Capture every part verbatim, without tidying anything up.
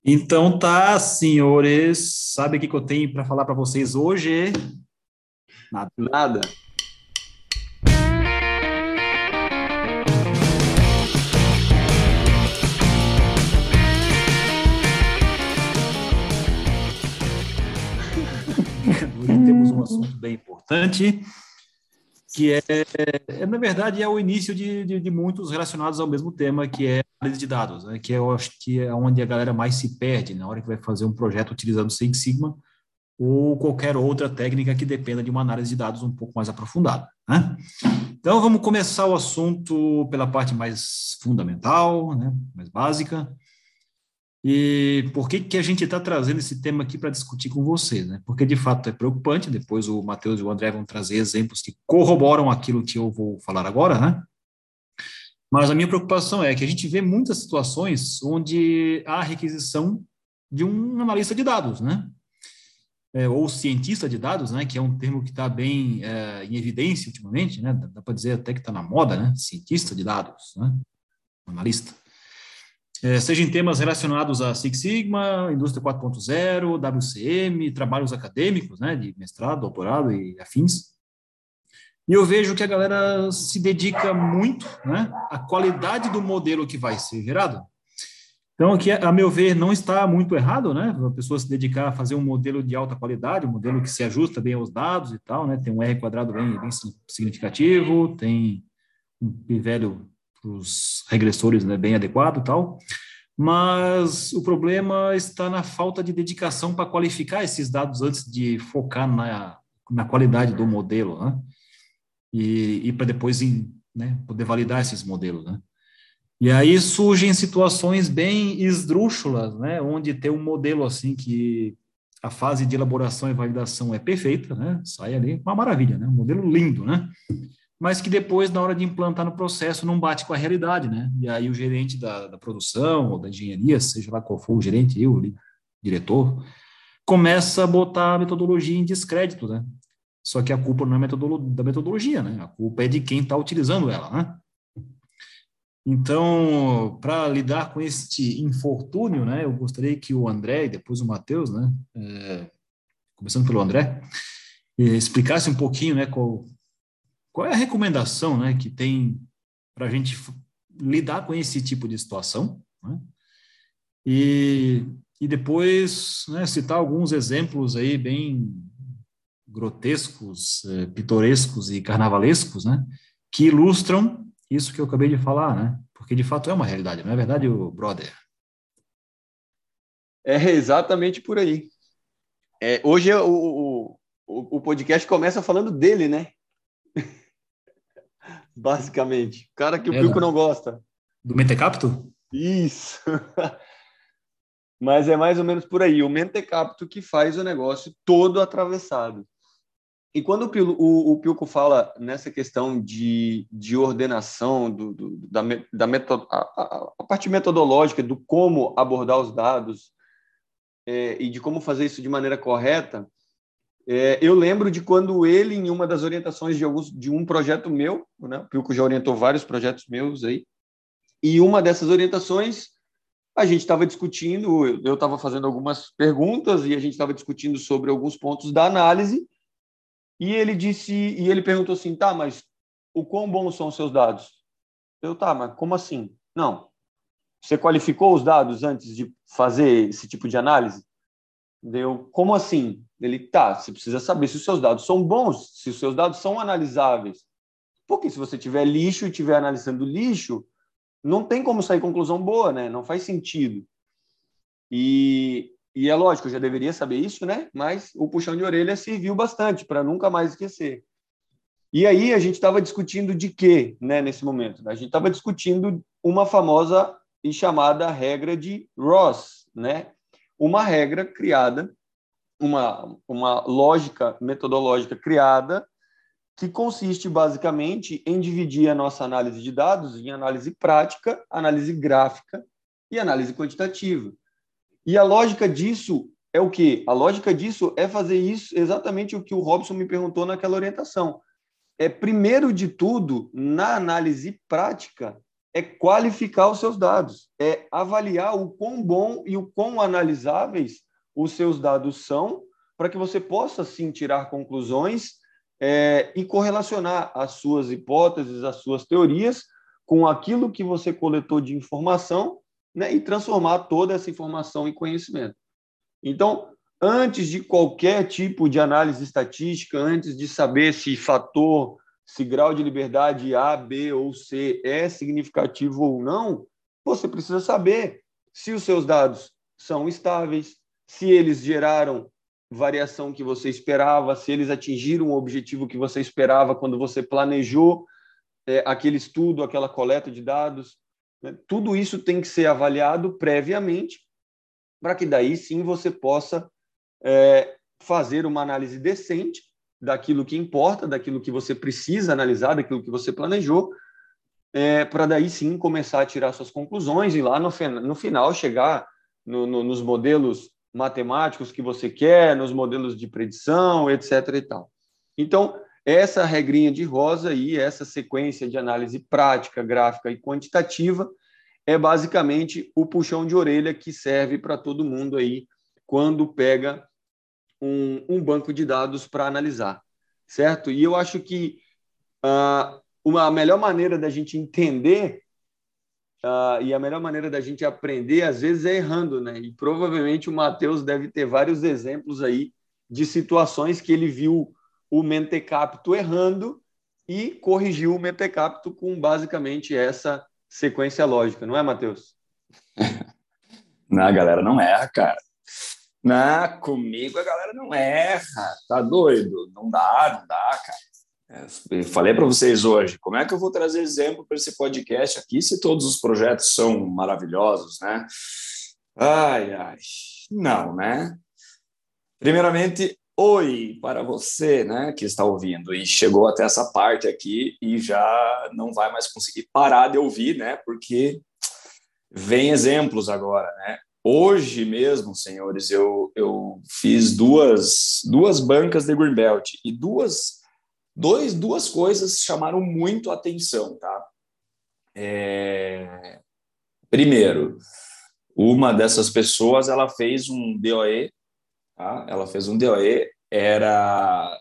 Então tá, senhores, sabe o que que eu tenho para falar para vocês hoje? Nada. Nada. Hoje temos um assunto bem importante, que é, é, na verdade, é o início de, de, de muitos relacionados ao mesmo tema, que é análise de dados, né? Que eu acho que é onde a galera mais se perde na hora que vai fazer um projeto utilizando Six Sigma ou qualquer outra técnica que dependa de uma análise de dados um pouco mais aprofundada, né? Então, vamos começar o assunto pela parte mais fundamental, né, mais básica. E por que que a gente está trazendo esse tema aqui para discutir com vocês, né? Porque de fato é preocupante. Depois o Matheus e o André vão trazer exemplos que corroboram aquilo que eu vou falar agora, né? Mas a minha preocupação é que a gente vê muitas situações onde há requisição de um analista de dados, né? É, ou cientista de dados, né? Que é um termo que está bem é, em evidência ultimamente, né? Dá, dá para dizer até que está na moda, né? Cientista de dados, né? Analista. É, seja em temas relacionados a Six Sigma, Indústria quatro ponto zero, W C M, trabalhos acadêmicos, né, de mestrado, doutorado e afins. E eu vejo que a galera se dedica muito, né, à qualidade do modelo que vai ser gerado. Então, aqui, a meu ver, não está muito errado, né, a pessoa se dedicar a fazer um modelo de alta qualidade, um modelo que se ajusta bem aos dados e tal, né, tem um R quadrado bem, bem significativo, tem um p-value para os regressores, né, bem adequado e tal. Mas o problema está na falta de dedicação para qualificar esses dados antes de focar na, na qualidade do modelo, né? E, e para depois, em, né, poder validar esses modelos, né? E aí surgem situações bem esdrúxulas, né? Onde tem um modelo assim que a fase de elaboração e validação é perfeita, né? Sai ali uma maravilha, né? Um modelo lindo, né? Mas que depois, na hora de implantar no processo, não bate com a realidade, né? E aí o gerente da, da produção ou da engenharia, seja lá qual for o gerente, eu, o diretor, começa a botar a metodologia em descrédito, né? Só que a culpa não é metodolo da metodologia, né? A culpa é de quem está utilizando ela, né? Então, para lidar com este infortúnio, né, eu gostaria que o André e depois o Matheus, né, é, começando pelo André, explicasse um pouquinho, né, qual, qual é a recomendação, né, que tem para a gente lidar com esse tipo de situação, né? E, e depois, né, citar alguns exemplos aí bem grotescos, eh, pitorescos e carnavalescos, né, que ilustram isso que eu acabei de falar, né? Porque de fato é uma realidade, não é verdade, o brother? É exatamente por aí. É, hoje o, o, o, o podcast começa falando dele, né? Basicamente. O cara que o É Pilco do, não gosta. do Mentecapto? Isso. Mas é mais ou menos por aí. O mentecapto que faz o negócio todo atravessado. E quando o, Pil- o, o Pilco fala nessa questão de, de ordenação, do, do, da, da metod, a, a, a parte metodológica, do como abordar os dados é, e de como fazer isso de maneira correta, é, eu lembro de quando ele, em uma das orientações de, alguns, de um projeto meu, né, o Pilco já orientou vários projetos meus aí, e uma dessas orientações a gente estava discutindo, eu estava fazendo algumas perguntas e a gente estava discutindo sobre alguns pontos da análise, e ele disse, e ele perguntou assim, tá, mas o quão bons são os seus dados? Eu, tá, mas como assim? Não. Você qualificou os dados antes de fazer esse tipo de análise? Deu, como assim? Ele, tá, você precisa saber se os seus dados são bons, se os seus dados são analisáveis. Porque se você tiver lixo e estiver analisando lixo, não tem como sair conclusão boa, né? Não faz sentido. E, e é lógico, eu já deveria saber isso, né? Mas o puxão de orelha serviu bastante para nunca mais esquecer. E aí a gente estava discutindo de quê, né, nesse momento? A gente estava discutindo uma famosa e chamada regra de Ross, né? Uma regra criada, uma, uma lógica metodológica criada que consiste basicamente em dividir a nossa análise de dados em análise prática, análise gráfica e análise quantitativa. E a lógica disso é o quê? A lógica disso é fazer isso exatamente o que o Robson me perguntou naquela orientação. É, primeiro de tudo, na análise prática, é qualificar os seus dados, é avaliar o quão bom e o quão analisáveis os seus dados são, para que você possa, sim, tirar conclusões é, e correlacionar as suas hipóteses, as suas teorias com aquilo que você coletou de informação, né, e transformar toda essa informação em conhecimento. Então, antes de qualquer tipo de análise estatística, antes de saber se fator, se grau de liberdade A, B ou C é significativo ou não, você precisa saber se os seus dados são estáveis, se eles geraram variação que você esperava, se eles atingiram o objetivo que você esperava quando você planejou é, aquele estudo, aquela coleta de dados. Né? Tudo isso tem que ser avaliado previamente para que daí sim você possa é, fazer uma análise decente daquilo que importa, daquilo que você precisa analisar, daquilo que você planejou, é, para daí sim começar a tirar suas conclusões e lá no, no final chegar no, no, nos modelos matemáticos que você quer, nos modelos de predição, etc e tal. Então, essa regrinha de rosa e essa sequência de análise prática, gráfica e quantitativa é basicamente o puxão de orelha que serve para todo mundo aí quando pega um, um banco de dados para analisar, certo? E eu acho que uh, uma, a melhor maneira da gente entender uh, e a melhor maneira da gente aprender, às vezes, é errando, né? E provavelmente o Matheus deve ter vários exemplos aí de situações que ele viu o Mentecapto errando e corrigiu o Mentecapto com basicamente essa sequência lógica, não é, Matheus? Não, a galera não erra, cara. Não, comigo a galera não erra. Tá doido? Não dá, não dá, cara. Eu falei para vocês hoje, como é que eu vou trazer exemplo para esse podcast aqui se todos os projetos são maravilhosos, né? Ai, ai. Não, né? Primeiramente, oi para você, né, que está ouvindo e chegou até essa parte aqui e já não vai mais conseguir parar de ouvir, né, porque vem exemplos agora, né? Hoje mesmo, senhores, eu, eu fiz duas, duas bancas de Greenbelt e duas, dois, duas coisas chamaram muito a atenção, tá? É... Primeiro, uma dessas pessoas, ela fez um D O E, tá? Ela fez um D O E, era...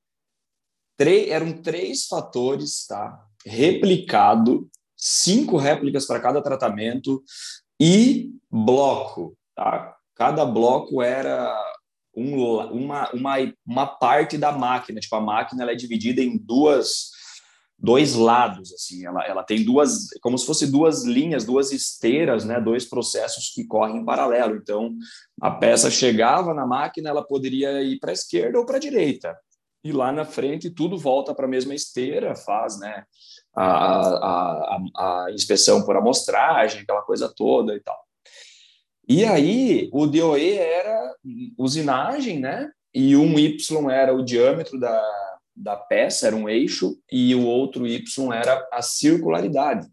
eram três fatores, tá? Replicado, cinco réplicas para cada tratamento e bloco, tá? Cada bloco era um, uma, uma, uma parte da máquina, tipo, a máquina ela é dividida em duas, dois lados, assim, ela, ela tem duas, como se fosse duas linhas, duas esteiras, né? Dois processos que correm em paralelo. Então, a peça chegava na máquina, ela poderia ir para a esquerda ou para a direita. E lá na frente tudo volta para a mesma esteira, faz, né, a, a, a, a inspeção por amostragem, aquela coisa toda e tal. E aí o D O E era usinagem, né, e um Y era o diâmetro da, da peça, era um eixo, e o outro Y era a circularidade.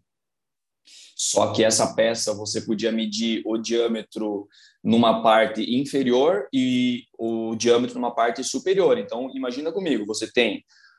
Só que essa peça você podia medir o diâmetro numa parte inferior e o diâmetro numa parte superior. Então, imagina comigo, você tem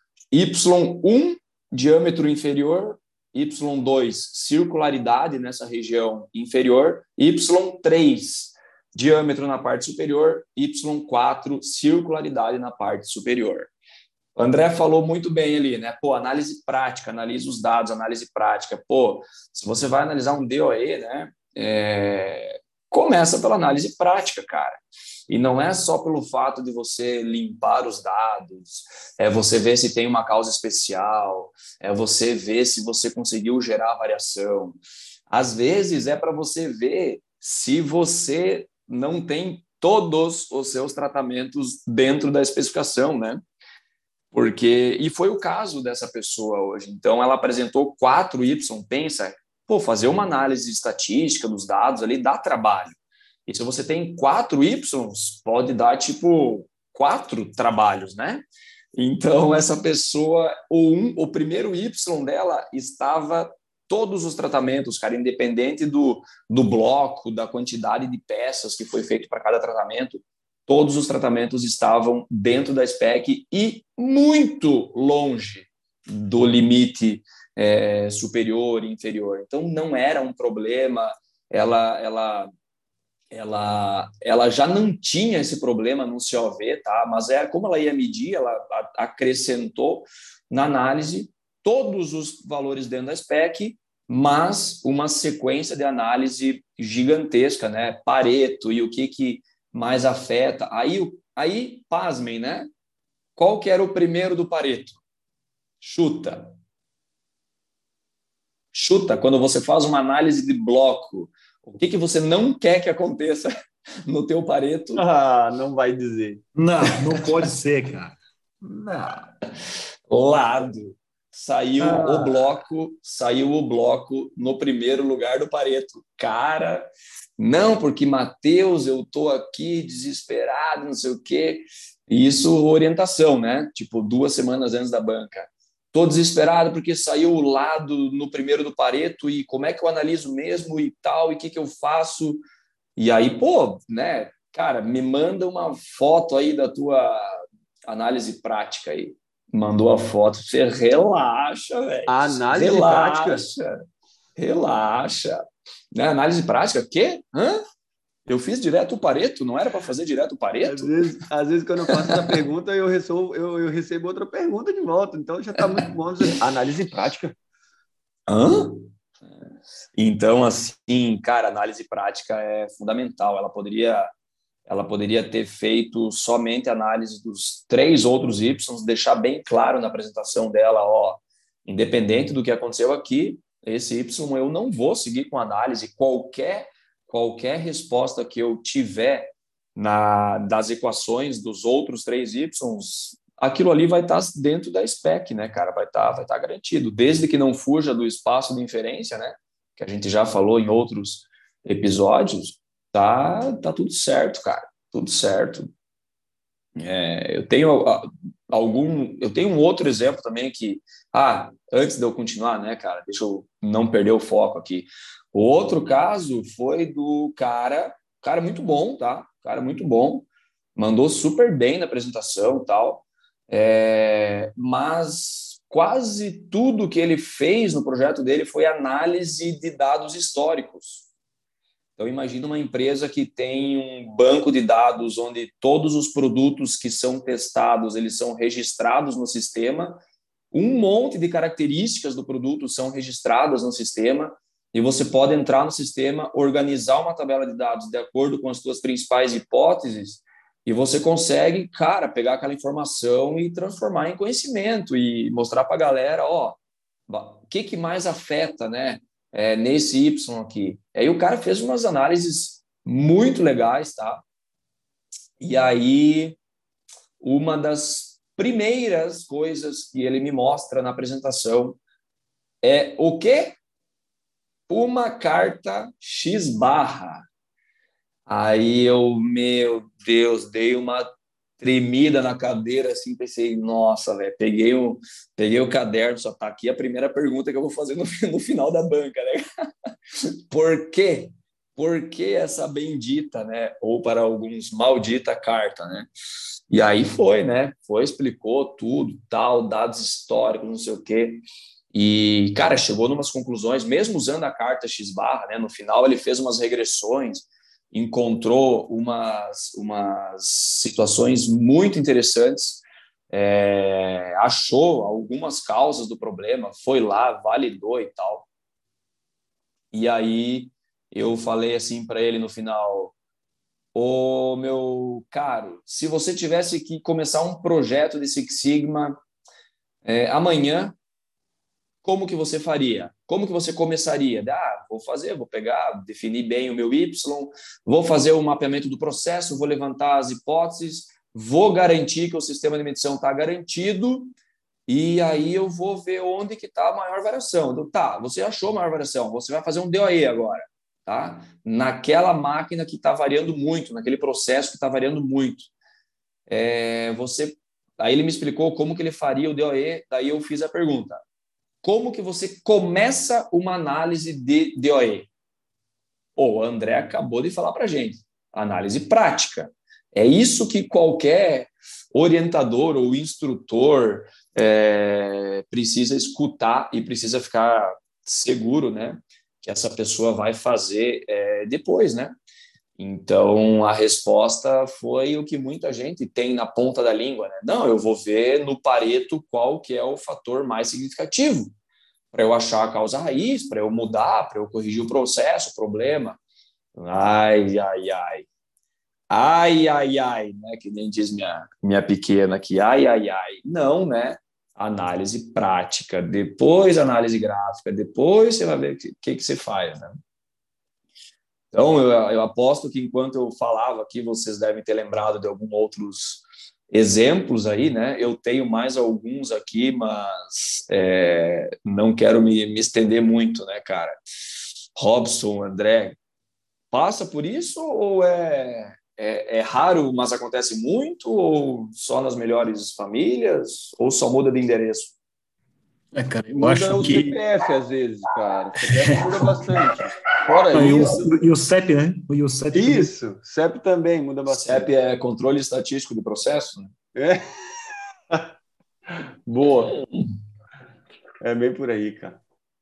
Y um, diâmetro inferior, Y dois, circularidade nessa região inferior, Y três, diâmetro na parte superior, Y quatro, circularidade na parte superior. O André falou muito bem ali, né? Pô, análise prática, analisa os dados, análise prática. Pô, se você vai analisar um D O E, né? É... Começa pela análise prática, cara. E não é só pelo fato de você limpar os dados, é você ver se tem uma causa especial, é você ver se você conseguiu gerar variação. Às vezes é para você ver se você não tem todos os seus tratamentos dentro da especificação, né? Porque, e foi o caso dessa pessoa hoje. Então, ela apresentou quatro Y. Pensa, pô, fazer uma análise estatística dos dados ali dá trabalho. E se você tem quatro Y, pode dar, tipo, quatro trabalhos, né? Então, essa pessoa, o, um, o primeiro Y dela estava todos os tratamentos, cara, independente do, do bloco, da quantidade de peças que foi feito para cada tratamento, todos os tratamentos estavam dentro da spec e muito longe do limite é, superior e inferior. Então, não era um problema, ela, ela, ela, ela já não tinha esse problema no C O V, tá? Mas é, como ela ia medir, ela acrescentou na análise todos os valores dentro da spec, mas uma sequência de análise gigantesca, né? Pareto e o que, que mais afeta. Aí, aí, pasmem, né? Qual que era o primeiro do Pareto? Chuta. Chuta, quando você faz uma análise de bloco, o que, que você não quer que aconteça no teu Pareto? Ah, não vai dizer. Não, não pode ser, cara. Não. Lado. Saiu ah. o bloco, saiu o bloco no primeiro lugar do Pareto. Cara, não, porque Matheus, eu tô aqui desesperado, não sei o quê. Isso, orientação, né? Tipo, duas semanas antes da banca. Tô desesperado porque saiu o lado no primeiro do Pareto e como é que eu analiso mesmo e tal, e o que, que eu faço? E aí, pô, né? Cara, me manda uma foto aí da tua análise prática aí. Mandou a foto. Você relaxa, velho. Análise relaxa, prática? Relaxa. Né? Análise prática? Quê? Hã? Eu fiz direto o Pareto? Não era para fazer direto o Pareto? Às vezes, às vezes, quando eu faço essa pergunta, eu recebo, eu, eu recebo outra pergunta de volta. Então, já está muito bom. Análise prática. Hã? Então, assim, cara, análise prática é fundamental. Ela poderia... ela poderia ter feito somente análise dos três outros Y, deixar bem claro na apresentação dela, ó, independente do que aconteceu aqui, esse Y eu não vou seguir com análise. Qualquer, qualquer resposta que eu tiver na, das equações dos outros três Y, aquilo ali vai estar dentro da spec, né, cara? Vai estar, vai estar garantido, desde que não fuja do espaço de inferência, né? Que a gente já falou em outros episódios. Tá, tá tudo certo, cara. Tudo certo. É, eu tenho algum, eu tenho um outro exemplo também que, ah, antes de eu continuar, né, cara, deixa eu não perder o foco aqui. O outro caso foi do cara, cara muito bom, tá? Cara muito bom, mandou super bem na apresentação, e tal. É, mas quase tudo que ele fez no projeto dele foi análise de dados históricos. Então, imagina uma empresa que tem um banco de dados onde todos os produtos que são testados, eles são registrados no sistema, um monte de características do produto são registradas no sistema, e você pode entrar no sistema, organizar uma tabela de dados de acordo com as suas principais hipóteses, e você consegue, cara, pegar aquela informação e transformar em conhecimento e mostrar para a galera, ó, o que, que mais afeta, né? É, nesse Y aqui. Aí o cara fez umas análises muito legais, tá? E aí, uma das primeiras coisas que ele me mostra na apresentação é o quê? Uma carta X barra. Aí eu, meu Deus, dei uma tremida na cadeira, assim, pensei, nossa, velho, peguei o, peguei o caderno, só tá aqui a primeira pergunta que eu vou fazer no, no final da banca, né? Por quê? Por que essa bendita, né? Ou para alguns, maldita carta, né? E aí foi, né? Foi, explicou tudo, tal, dados históricos, não sei o quê. E, cara, chegou numas conclusões, mesmo usando a carta X barra, né? No final ele fez umas regressões, encontrou umas, umas situações muito interessantes, é, achou algumas causas do problema, foi lá, validou e tal. E aí eu falei assim para ele no final, ô meu caro, se você tivesse que começar um projeto de Six Sigma é, amanhã, como que você faria? Como que você começaria? Ah, vou fazer, vou pegar, definir bem o meu Y, vou fazer o mapeamento do processo, vou levantar as hipóteses, vou garantir que o sistema de medição está garantido e aí eu vou ver onde que está a maior variação. Então, tá, você achou a maior variação, você vai fazer um D O E agora, tá? Naquela máquina que está variando muito, naquele processo que está variando muito. É, você... Aí ele me explicou como que ele faria o D O E, daí eu fiz a pergunta. Como que você começa uma análise de D O E? O André acabou de falar para a gente. Análise prática. É isso que qualquer orientador ou instrutor é, precisa escutar e precisa ficar seguro, né, que essa pessoa vai fazer é, depois, né? Então, a resposta foi o que muita gente tem na ponta da língua, né? Não, eu vou ver no Pareto qual que é o fator mais significativo para eu achar a causa raiz, para eu mudar, para eu corrigir o processo, o problema. Ai, ai, ai. Ai, ai, ai, né? Que nem diz minha, minha pequena aqui. Ai, ai, ai. Não, né? Análise prática, depois análise gráfica, depois você vai ver o que, que, que você faz, né? Então, eu, eu aposto que enquanto eu falava aqui, vocês devem ter lembrado de alguns outros exemplos aí, né? Eu tenho mais alguns aqui, mas é, não quero me, me estender muito, né, cara? Robson, André, passa por isso ou é, é, é raro, mas acontece muito? Ou só nas melhores famílias? Ou só muda de endereço? É, cara, eu Muda acho o que... C P F às vezes, cara. O C P F muda bastante. Fora Ah, e, o, isso... e o C E P, né? E o C E P também. Isso, C E P também muda bastante. C E P é controle estatístico de processo, né? É. Boa. É bem por aí, cara.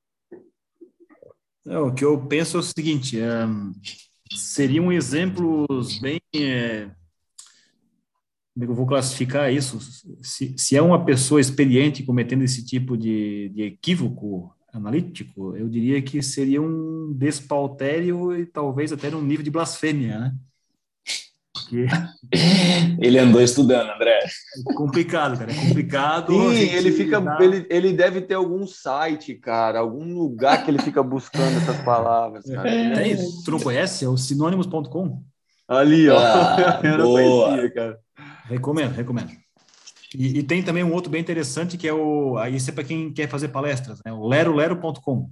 É, o que eu penso é o seguinte, é, seriam exemplos bem... É, como é que eu vou classificar isso? Se, se é uma pessoa experiente cometendo esse tipo de, de equívoco analítico, eu diria que seria um despautério e talvez até um nível de blasfêmia, né? Porque Ele andou estudando, André. é complicado, cara, é complicado. Sim, a gente ele fica, dá- ele, ele deve ter algum site, cara, algum lugar que ele fica buscando essas palavras, cara. Não é Tem, possível. tu não conhece? É o sinônimos ponto com. Ali, ó. Ah, Eu não boa. conhecia, cara. Recomendo, recomendo. E, e tem também um outro bem interessante que é o, aí isso é para quem quer fazer palestras, né? O lero lero ponto com.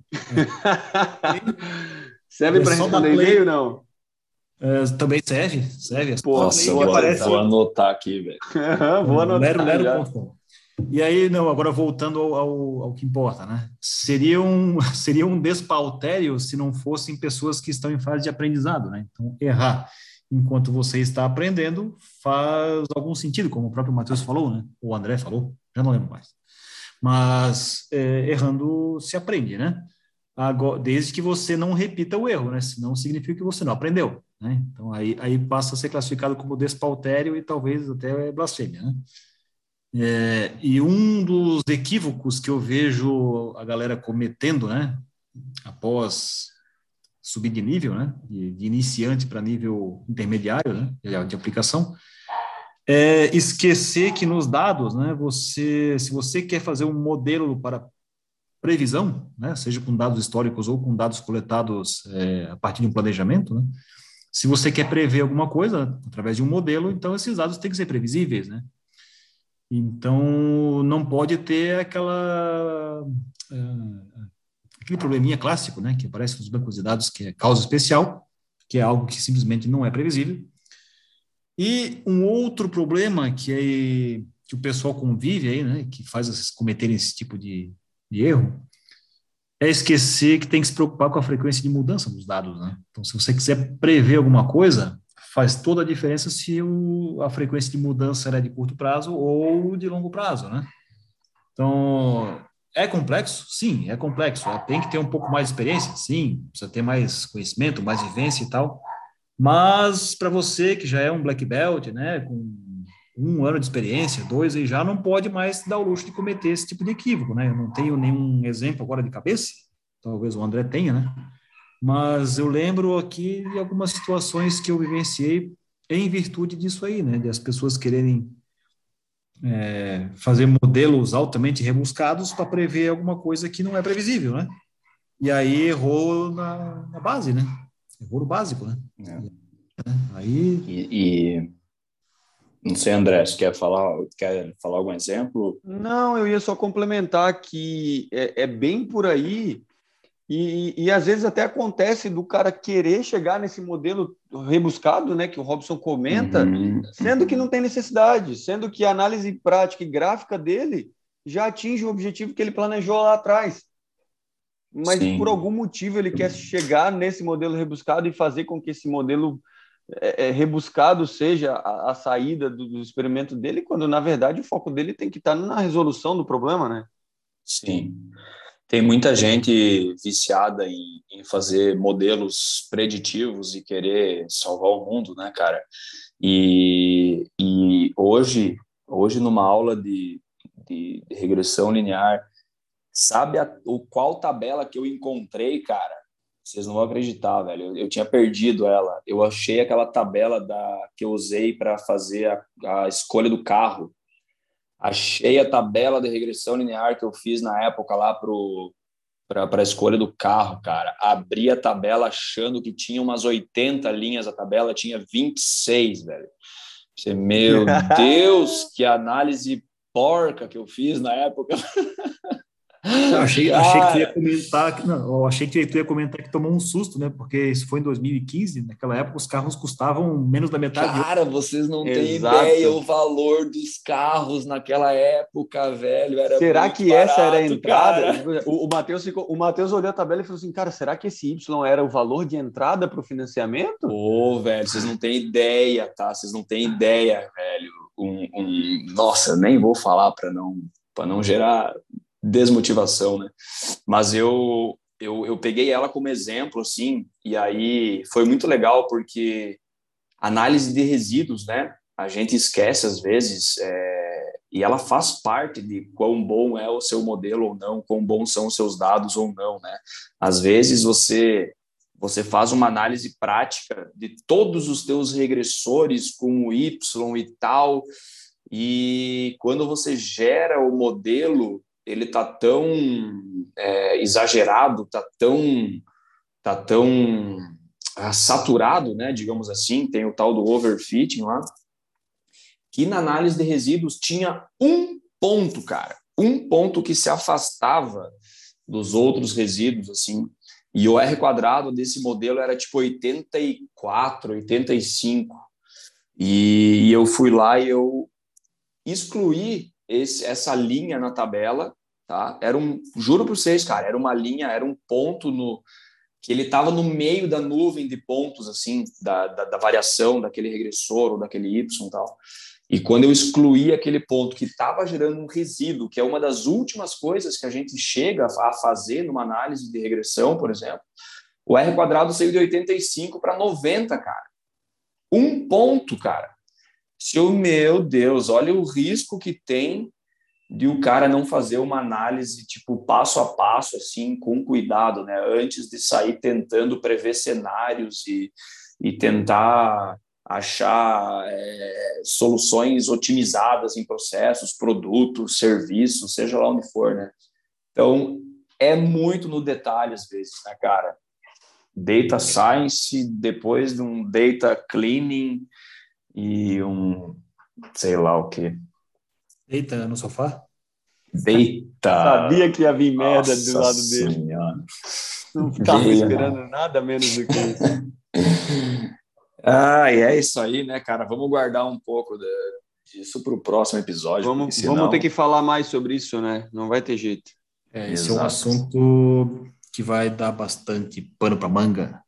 Serve É para só dar responder play. e-mail, não? É, também serve, serve. É só Pô, dar Nossa, play que vou, aparece vou anotar aqui, velho. vou anotar lero lero já. ponto com. E aí, não, agora voltando ao, ao, ao que importa, né? Seria um, seria um despautério se não fossem pessoas que estão em fase de aprendizado, né? Então, errar enquanto você está aprendendo faz algum sentido, como o próprio Matheus falou, né? O André falou, já não lembro mais. Mas é, errando se aprende, né? Agora, desde que você não repita o erro, né? Senão significa que você não aprendeu, né? Então, aí, aí passa a ser classificado como despautério e talvez até blasfêmia, né? É, e um dos equívocos que eu vejo a galera cometendo, né, após subir de nível, né, de, de iniciante para nível intermediário, né, de, de aplicação, é esquecer que nos dados, né, você, se você quer fazer um modelo para previsão, né, seja com dados históricos ou com dados coletados é, a partir de um planejamento, né, se você quer prever alguma coisa através de um modelo, então esses dados têm que ser previsíveis, né. Então, não pode ter aquela, uh, aquele probleminha clássico, né, que aparece nos bancos de dados, que é causa especial, que é algo que simplesmente não é previsível. E um outro problema que, é, que o pessoal convive aí, né, que faz vocês cometerem esse tipo de, de erro, é esquecer que tem que se preocupar com a frequência de mudança dos dados, né? Então, se você quiser prever alguma coisa, faz toda a diferença se o, a frequência de mudança é de curto prazo ou de longo prazo, né? Então, é complexo? Sim, é complexo. Tem que ter um pouco mais de experiência? Sim, precisa ter mais conhecimento, mais vivência e tal. Mas, para você que já é um black belt, né, com um ano de experiência, dois, aí já não pode mais dar o luxo de cometer esse tipo de equívoco, né? Eu não tenho nenhum exemplo agora de cabeça, talvez o André tenha, né? Mas eu lembro aqui de algumas situações que eu vivenciei em virtude disso aí, né? De as pessoas quererem é, fazer modelos altamente rebuscados para prever alguma coisa que não é previsível, né? E aí errou na, na base, né? Errou no básico, né? É. Aí... E, e não sei, André, você quer falar, quer falar algum exemplo? Não, eu ia só complementar que é, é bem por aí. E, e, às vezes até acontece do cara querer chegar nesse modelo rebuscado, né, que o Robson comenta, Uhum. sendo que não tem necessidade, sendo que a análise prática e gráfica dele já atinge o objetivo que ele planejou lá atrás. Mas Sim. por algum motivo ele quer chegar nesse modelo rebuscado e fazer com que esse modelo é, é, rebuscado seja a, a saída do, do experimento dele, quando, na verdade, o foco dele tem que estar na resolução do problema, né? Sim. Tem muita gente viciada em, em fazer modelos preditivos e querer salvar o mundo, né, cara? E, e hoje, hoje, numa aula de, de, de regressão linear, sabe a, o qual tabela que eu encontrei, cara? Vocês não vão acreditar, velho. Eu, eu tinha perdido ela. Eu achei aquela tabela da, que eu usei para fazer a, a escolha do carro. Achei a tabela de regressão linear que eu fiz na época lá para a escolha do carro, cara. Abri a tabela achando que tinha umas oitenta linhas, a tabela tinha vinte e seis, velho. Você, meu Deus, que análise porca que eu fiz na época. Eu achei, achei que tu ia comentar, que- não, eu achei que tu ia comentar que tomou um susto, né? Porque isso foi em dois mil e quinze, naquela época os carros custavam menos da metade. Cara, vocês não têm Exato. ideia o valor dos carros naquela época, velho. Era Será muito que barato, essa era a entrada? cara. O, o Matheus ficou, o Matheus olhou a tabela e falou assim, cara, será que esse Y era o valor de entrada para o financiamento? Pô, velho, vocês não têm ideia, tá? Vocês não têm ideia, velho. Um, um... Nossa, nem vou falar para não, para não gerar desmotivação, né? Mas eu, eu, eu peguei ela como exemplo, assim, e aí foi muito legal porque análise de resíduos, né? A gente esquece às vezes, é, e ela faz parte de quão bom é o seu modelo ou não, quão bons são os seus dados ou não, né? Às vezes você você faz uma análise prática de todos os teus regressores com o Y e tal, e quando você gera o modelo, ele tá tão é, exagerado, tá tão tá tão ah, saturado, né, digamos assim, tem o tal do overfitting lá, que na análise de resíduos tinha um ponto, cara, um ponto que se afastava dos outros resíduos, assim, e o R quadrado desse modelo era tipo oitenta e quatro, oitenta e cinco, e, e eu fui lá e eu excluí esse, essa linha na tabela, tá? Era um, juro para vocês, cara, era uma linha, era um ponto no que ele estava no meio da nuvem de pontos, assim, da, da, da variação daquele regressor ou daquele Y e tal. E quando eu excluí aquele ponto que estava gerando um resíduo, que é uma das últimas coisas que a gente chega a fazer numa análise de regressão, por exemplo, o R quadrado saiu de oitenta e cinco para noventa, cara. Um ponto, cara. Seu, meu Deus, olha o risco que tem de o cara não fazer uma análise, tipo, passo a passo, assim, com cuidado, né? Antes de sair tentando prever cenários e, e tentar achar é, soluções otimizadas em processos, produtos, serviços, seja lá onde for, né? Então, é muito no detalhe, às vezes, né, cara? Data Science, depois de um Data Cleaning e um, sei lá o quê. Eita, no sofá? Deita. Sabia que ia vir merda do lado Senhora. dele. Não ficava Veio, esperando né? nada menos do que isso. Ah, e é isso aí, né, cara? Vamos guardar um pouco de, disso para o próximo episódio. Vamos, senão... vamos ter que falar mais sobre isso, né? Não vai ter jeito. É, esse é um Exato. assunto que vai dar bastante pano para manga.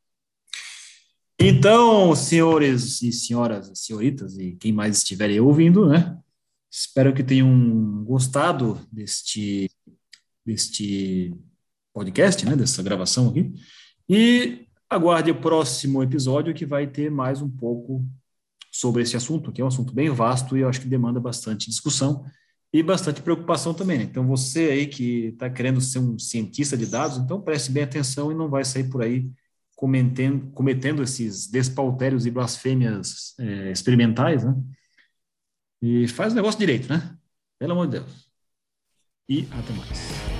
Então, senhores e senhoras, senhoritas e quem mais estiver aí ouvindo, né? Espero que tenham gostado deste, deste podcast, né? Dessa gravação aqui. E aguarde o próximo episódio que vai ter mais um pouco sobre esse assunto, que é um assunto bem vasto e eu acho que demanda bastante discussão e bastante preocupação também, né? Então, você aí que está querendo ser um cientista de dados, então preste bem atenção e não vai sair por aí cometendo, cometendo esses despautérios e blasfêmias é, experimentais, né? E faz o negócio direito, né? Pelo amor de Deus. E até mais.